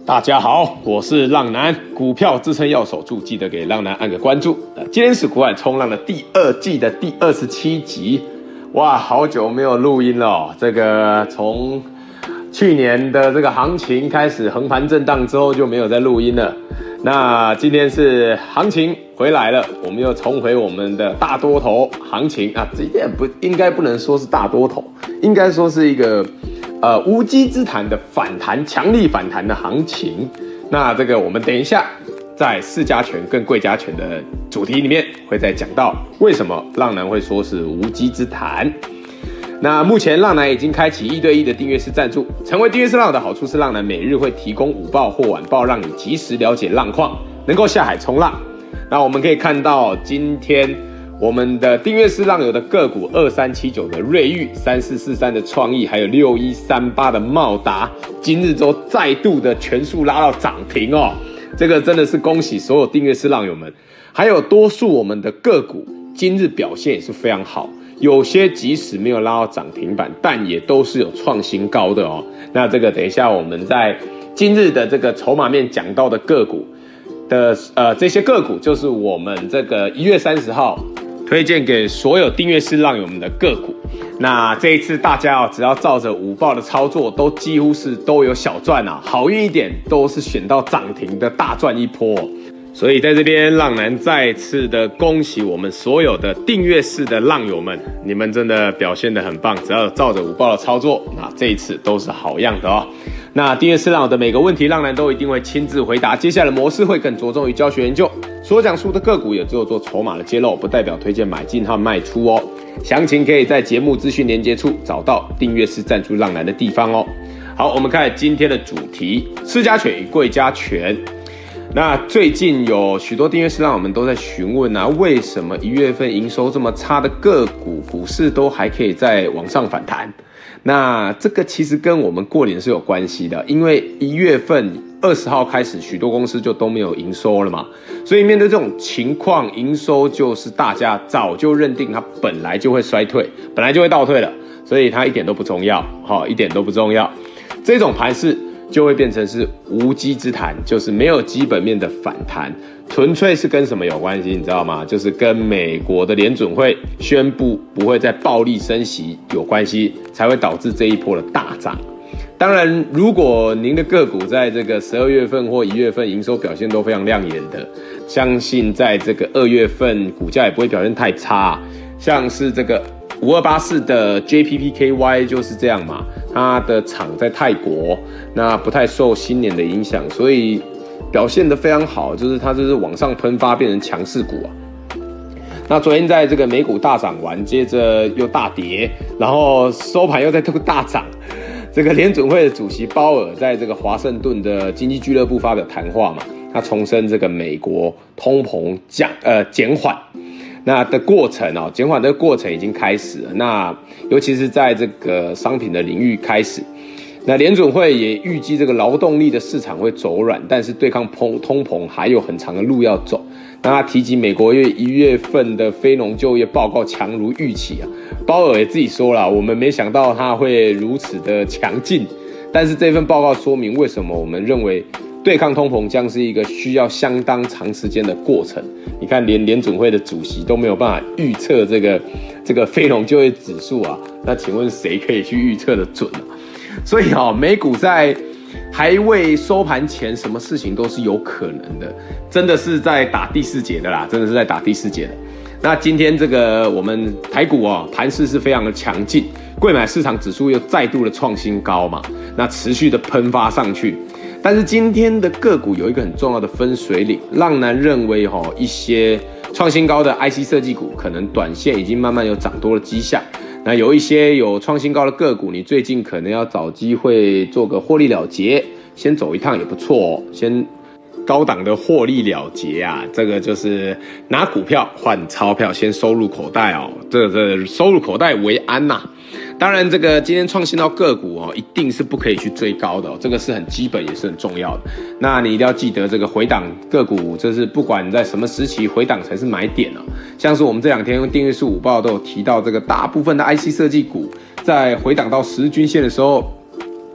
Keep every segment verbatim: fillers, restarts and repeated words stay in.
大家好，我是浪男，股票支撑要守住，记得给浪男按个关注。今天是股海冲浪的第二季的第二十七集，哇，好久没有录音了哦。这个从去年的这个行情开始横盘震荡之后就没有再录音了。那今天是行情回来了，我们又重回我们的大多头行情啊，这也不应该不能说是大多头，应该说是一个。呃，无稽之谈的反弹，强力反弹的行情。那这个我们等一下在市加权跟贵加权的主题里面会再讲到为什么浪男会说是无稽之谈。那目前浪男已经开启一对一的订阅式赞助，成为订阅式浪友的好处是浪男每日会提供午报或晚报，让你及时了解浪况，能够下海冲浪。那我们可以看到今天。我们的订阅式浪友的个股二三七九的瑞昱、三四四三的创意，还有六一三八的茂达，今日都再度的全数拉到涨停哦。这个真的是恭喜所有订阅式浪友们，还有多数我们的个股今日表现也是非常好，有些即使没有拉到涨停板，但也都是有创新高的哦。那这个等一下我们在今日的这个筹码面讲到的个股的呃这些个股，就是我们这个一月三十号。推荐给所有订阅式浪友们的个股，那这一次大家哦，只要照着午报的操作，都几乎是都有小赚啊，好运一点都是选到涨停的大赚一波哦。所以在这边，浪男再次的恭喜我们所有的订阅式的浪友们，你们真的表现得很棒，只要照着午报的操作，那这一次都是好样的哦。那订阅式浪友的每个问题，浪男都一定会亲自回答。接下来的模式会更着重于教学研究，所讲述的个股也只有做筹码的揭露，不代表推荐买进和卖出哦。详情可以在节目资讯连结处找到订阅式赞助浪男的地方哦。好，我们看今天的主题：市加权与贵加权。那最近有许多订阅式浪友们都在询问啊，为什么一月份营收这么差的个股，股市都还可以再往上反弹？那这个其实跟我们过年是有关系的，因为一月份二十号开始，许多公司就都没有营收了嘛，所以面对这种情况，营收就是大家早就认定它本来就会衰退，本来就会倒退了，所以它一点都不重要，好，一点都不重要。这种盘势就会变成是无稽之谈，就是没有基本面的反弹，纯粹是跟什么有关系，你知道吗？就是跟美国的联准会宣布不会再暴力升息有关系，才会导致这一波的大涨。当然，如果您的个股在这个十二月份或一月份营收表现都非常亮眼的，相信在这个二月份股价也不会表现太差。像是这个五二八四的 J P P K Y 就是这样嘛，它的厂在泰国，那不太受新年的影响，所以表现得非常好，就是它就是往上喷发变成强势股啊。那昨天在这个美股大涨完，接着又大跌，然后收盘又在这个大涨。这个联准会的主席鲍尔在这个华盛顿的经济俱乐部发表谈话嘛，他重申这个美国通膨降呃减缓。那的过程哦，减缓的过程已经开始了。那尤其是在这个商品的领域开始，那联准会也预计这个劳动力的市场会走软，但是对抗通通膨还有很长的路要走。那他提及美国月一月份的非农就业报告强如预期啊，鲍尔也自己说了，我们没想到他会如此的强劲。但是这份报告说明为什么我们认为对抗通膨将是一个需要相当长时间的过程。你看，连联准会的主席都没有办法预测这个这个非农就业指数啊，那请问谁可以去预测的准啊？所以哦，美股在还未收盘前，什么事情都是有可能的，真的是在打第四节的啦，真的是在打第四节的。那今天这个我们台股哦，盘势是非常的强劲，柜买市场指数又再度的创新高嘛，那持续的喷发上去。但是今天的个股有一个很重要的分水岭，浪男认为哈、哦，一些创新高的 I C 设计股可能短线已经慢慢有涨多的迹象。那有一些有创新高的个股，你最近可能要找机会做个获利了结，先走一趟也不错哦。先高档的获利了结啊，这个就是拿股票换钞票，先收入口袋哦。这个收入口袋为安呐、啊。当然，这个今天创新到个股哦，一定是不可以去追高的哦，这个是很基本也是很重要的。那你一定要记得，这个回档个股，这是不管在什么时期回档才是买点哦。像是我们这两天用订阅式午报都有提到，这个大部分的 I C 设计股在回档到十日均线的时候，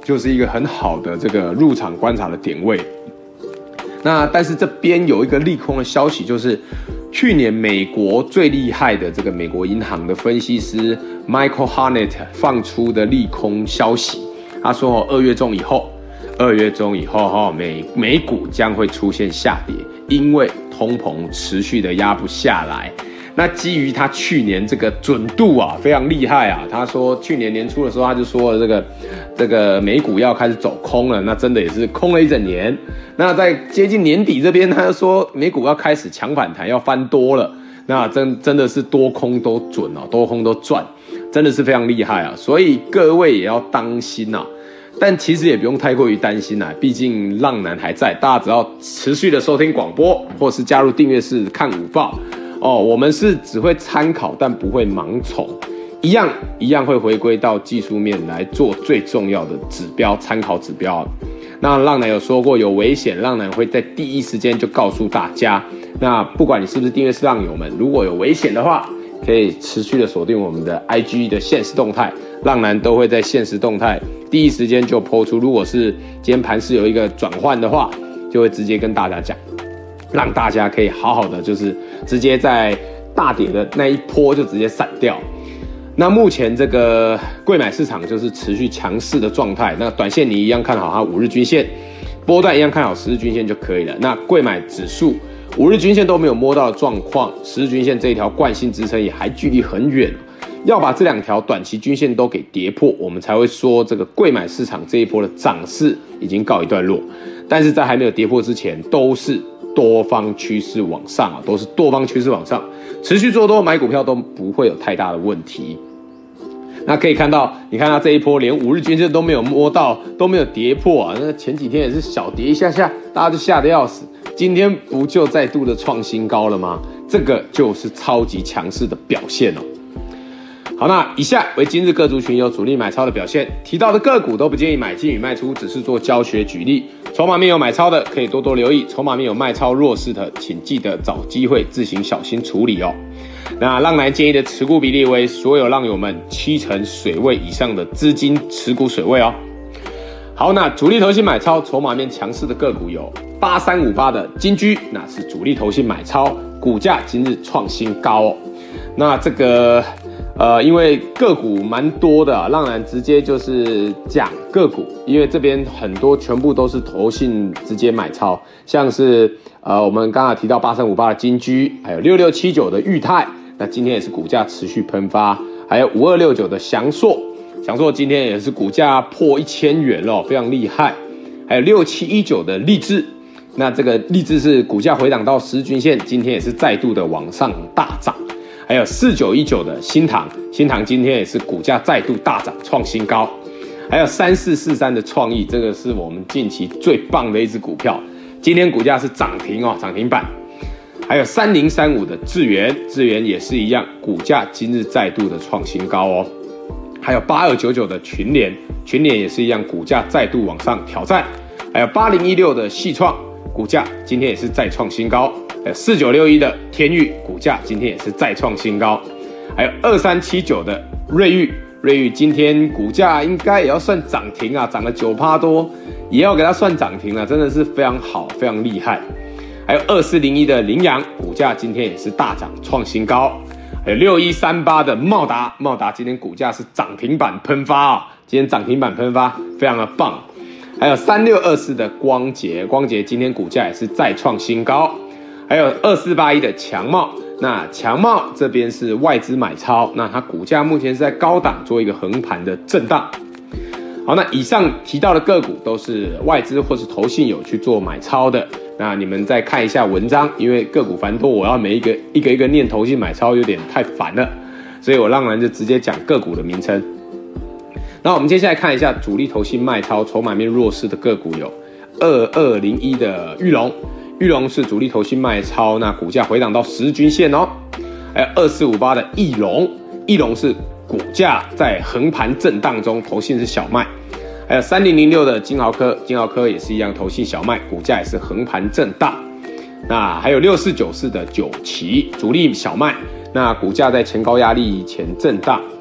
就是一个很好的这个入场观察的点位。那但是这边有一个利空的消息，就是去年美国最厉害的这个美国银行的分析师 Michael Harnett 放出的利空消息，他说二月中以后，二月中以后哈美美股将会出现下跌，因为通膨持续的压不下来。那基于他去年这个准度啊非常厉害啊，他说去年年初的时候他就说了这个这个美股要开始走空了，那真的也是空了一整年。那在接近年底这边，他就说美股要开始强反弹，要翻多了。那真真的是多空都准哦，多空都赚，真的是非常厉害啊！所以各位也要当心啊。但其实也不用太过于担心啊，毕竟浪男还在，大家只要持续的收听广播，或是加入订阅式看午报。哦，我们是只会参考，但不会盲从，一样一样会回归到技术面来做最重要的指标参考指标。那浪男有说过，有危险，浪男会在第一时间就告诉大家。那不管你是不是订阅式浪友们，如果有危险的话，可以持续的锁定我们的 I G 的限时动态，浪男都会在限时动态第一时间就 po 出。如果是今天盘势有一个转换的话，就会直接跟大家讲。让大家可以好好的，就是直接在大跌的那一波就直接闪掉。那目前这个柜买市场就是持续强势的状态。那短线你一样看好它五日均线，波段一样看好十日均线就可以了。那柜买指数五日均线都没有摸到的状况，十日均线这一条惯性支撑也还距离很远，要把这两条短期均线都给跌破，我们才会说这个柜买市场这一波的涨势已经告一段落。但是在还没有跌破之前，都是多方趋势往上啊，都是多方趋势往上，持续做多买股票都不会有太大的问题。那可以看到，你看它这一波连五日均线都没有摸到，都没有跌破啊。那前几天也是小跌一下下，大家就吓得要死。今天不就再度的创新高了吗？这个就是超级强势的表现哦。好，那以下为今日各族群有主力买超的表现，提到的个股都不建议买进与卖出，只是做教学举例。筹码面有买超的可以多多留意，筹码面有卖超弱势的，请记得找机会自行小心处理哦。那浪男建议的持股比例为所有浪友们七成水位以上的资金持股水位哦。好，那主力投信买超筹码面强势的个股有八三五八的金居，那是主力投信买超，股价今日创新高哦。那这个呃，因为个股蛮多的、啊，浪男直接就是讲个股，因为这边很多全部都是投信直接买超，像是呃我们刚刚提到八三五八的金居，还有六六七九的裕泰，那今天也是股价持续喷发，还有五二六九的祥硕，祥硕今天也是股价破一千元了，非常厉害，还有六七一九的励志，那这个励志是股价回档到十日均线，今天也是再度的往上大涨。还有四九一九的新唐，新唐今天也是股价再度大涨创新高。还有三四四三的创意，这个是我们近期最棒的一只股票，今天股价是涨停哦，涨停板。还有三零三五的智原，智原也是一样，股价今日再度的创新高哦。还有八二九九的群联，群联也是一样，股价再度往上挑战。还有八零一六的细创，股价今天也是再创新高。四九六一的天钰股价今天也是再创新高，还有二三七九的瑞昱，瑞昱今天股价应该也要算涨停啊，涨了 百分之九 多，也要给它算涨停了，真的是非常好，非常厉害。还有二四零一的羚羊，股价今天也是大涨创新高。还有六一三八的茂达，茂达今天股价是涨停板喷发啊，今天涨停板喷发，非常的棒。还有三六二四的光洁，光洁今天股价也是再创新高。还有二四八一的强茂，那强茂这边是外资买超，那它股价目前是在高档做一个横盘的震荡。好，那以上提到的个股都是外资或是投信有去做买超的，那你们再看一下文章，因为个股繁多，我要每一个一个一个念投信买超有点太烦了，所以我浪男就直接讲个股的名称。那我们接下来看一下主力投信卖超筹码面弱势的个股有二二零一的裕隆。裕隆是主力投信卖超，那股价回档到十日均线哦。还有二四五八的义隆，义隆是股价在横盘震荡中，投信是小卖。还有三零零六的金豪科，金豪科也是一样，投信小卖，股价也是横盘震荡。那还有六四九四的九旗，主力小卖，那股价在前高压力前震荡。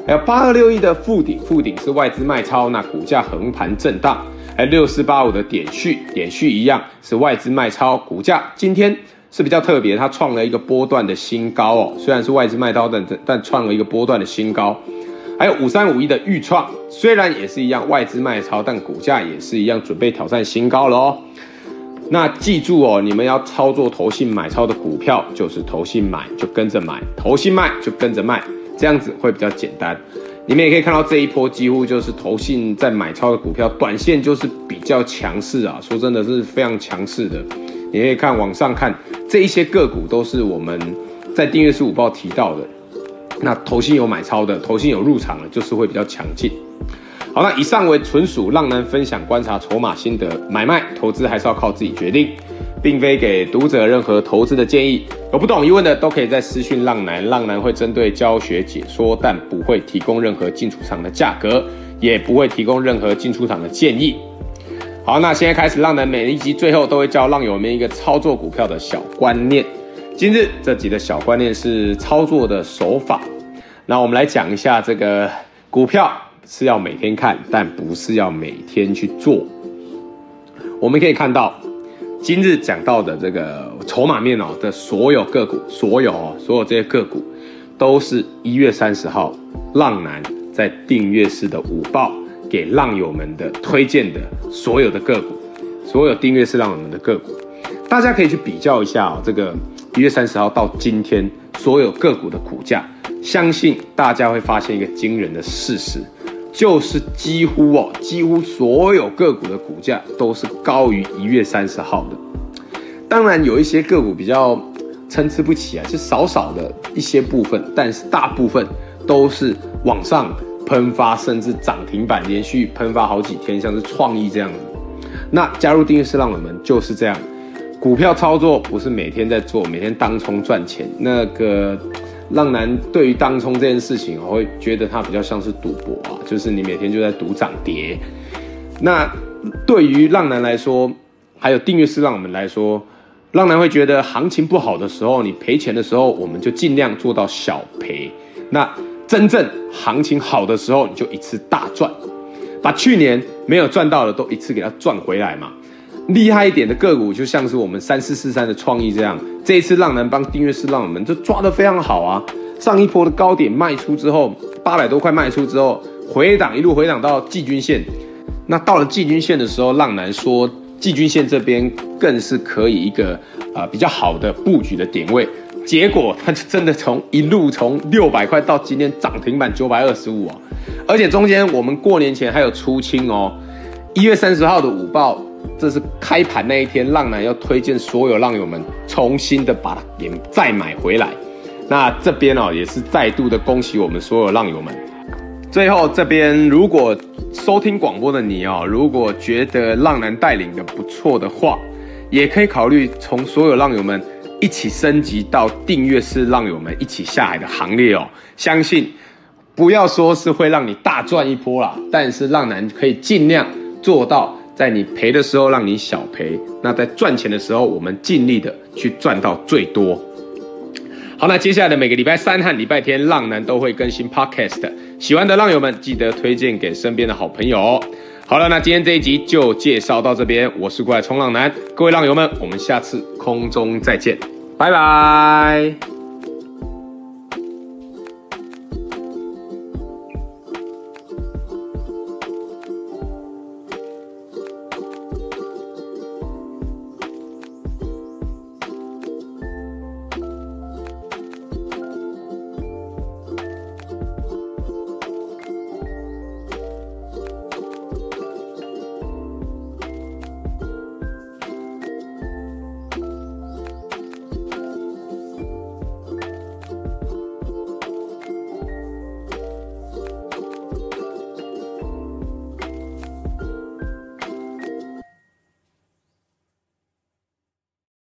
还有八二六一的富鼎，富鼎是外资卖超，那股价横盘震荡。还有六四八五的点序，点序一样是外资卖超，股价今天是比较特别，它创了一个波段的新高哦。虽然是外资卖超，但但创了一个波段的新高。还有五三五一的裕创，虽然也是一样外资卖超，但股价也是一样准备挑战新高了哦。那记住哦，你们要操作投信买超的股票，就是投信买就跟着买，投信卖就跟着卖，这样子会比较简单。你们也可以看到这一波几乎就是投信在买超的股票，短线就是比较强势啊，说真的是非常强势的。你可以看往上看，这一些个股都是我们在订阅式午报提到的。那投信有买超的，投信有入场的，就是会比较强劲。好，那以上为纯属浪男分享观察筹码心得，买卖投资还是要靠自己决定，并非给读者任何投资的建议。有不懂疑问的都可以在私讯浪男，浪男会针对教学解说，但不会提供任何进出场的价格，也不会提供任何进出场的建议。好，那现在开始，浪男每一集最后都会教浪友们一个操作股票的小观念。今日这集的小观念是操作的手法。那我们来讲一下，这个股票是要每天看，但不是要每天去做。我们可以看到，今日讲到的这个筹码面哦的所有个股，所有哦，所有这些个股，都是一月三十号浪男在订阅式的午报给浪友们的推荐的所有的个股，所有订阅式浪友们的个股，大家可以去比较一下哦，这个一月三十号到今天所有个股的股价，相信大家会发现一个惊人的事实。就是几乎哦，几乎所有个股的股价都是高于一月三十号的。当然有一些个股比较参差不齐啊，就少少的一些部分，但是大部分都是往上喷发，甚至涨停板连续喷发好几天，像是创意这样子。那加入订阅式浪友们就是这样，股票操作不是每天在做，每天当冲赚钱，那个。浪男对于当冲这件事情，我会觉得它比较像是赌博啊，就是你每天就在赌涨跌。那对于浪男来说，还有订阅式浪友们来说，浪男会觉得行情不好的时候，你赔钱的时候，我们就尽量做到小赔。那真正行情好的时候，你就一次大赚，把去年没有赚到的都一次给它赚回来嘛。厉害一点的个股，就像是我们三四四三的创意这样，这一次浪男帮订阅式浪友们就抓得非常好啊！上一波的高点卖出之后，八百多块卖出之后，回档一路回档到季均线。那到了季均线的时候，浪男说季均线这边更是可以一个呃比较好的布局的点位。结果它就真的从一路从六百块到今天涨停板九百二十五啊！而且中间我们过年前还有出清哦，一月三十号的午报。这是开盘那一天，浪男要推荐所有浪友们重新的把它给再买回来。那这边哦也是再度的恭喜我们所有浪友们。最后这边如果收听广播的你哦，如果觉得浪男带领的不错的话，也可以考虑从所有浪友们一起升级到订阅式浪友们一起下海的行列哦。相信不要说是会让你大赚一波啦，但是浪男可以尽量做到。在你赔的时候让你小赔，那在赚钱的时候我们尽力的去赚到最多。好，那接下来的每个礼拜三和礼拜天浪男都会更新 podcast， 喜欢的浪友们记得推荐给身边的好朋友哦。好了，那今天这一集就介绍到这边，我是过来冲浪男，各位浪友们，我们下次空中再见，拜拜。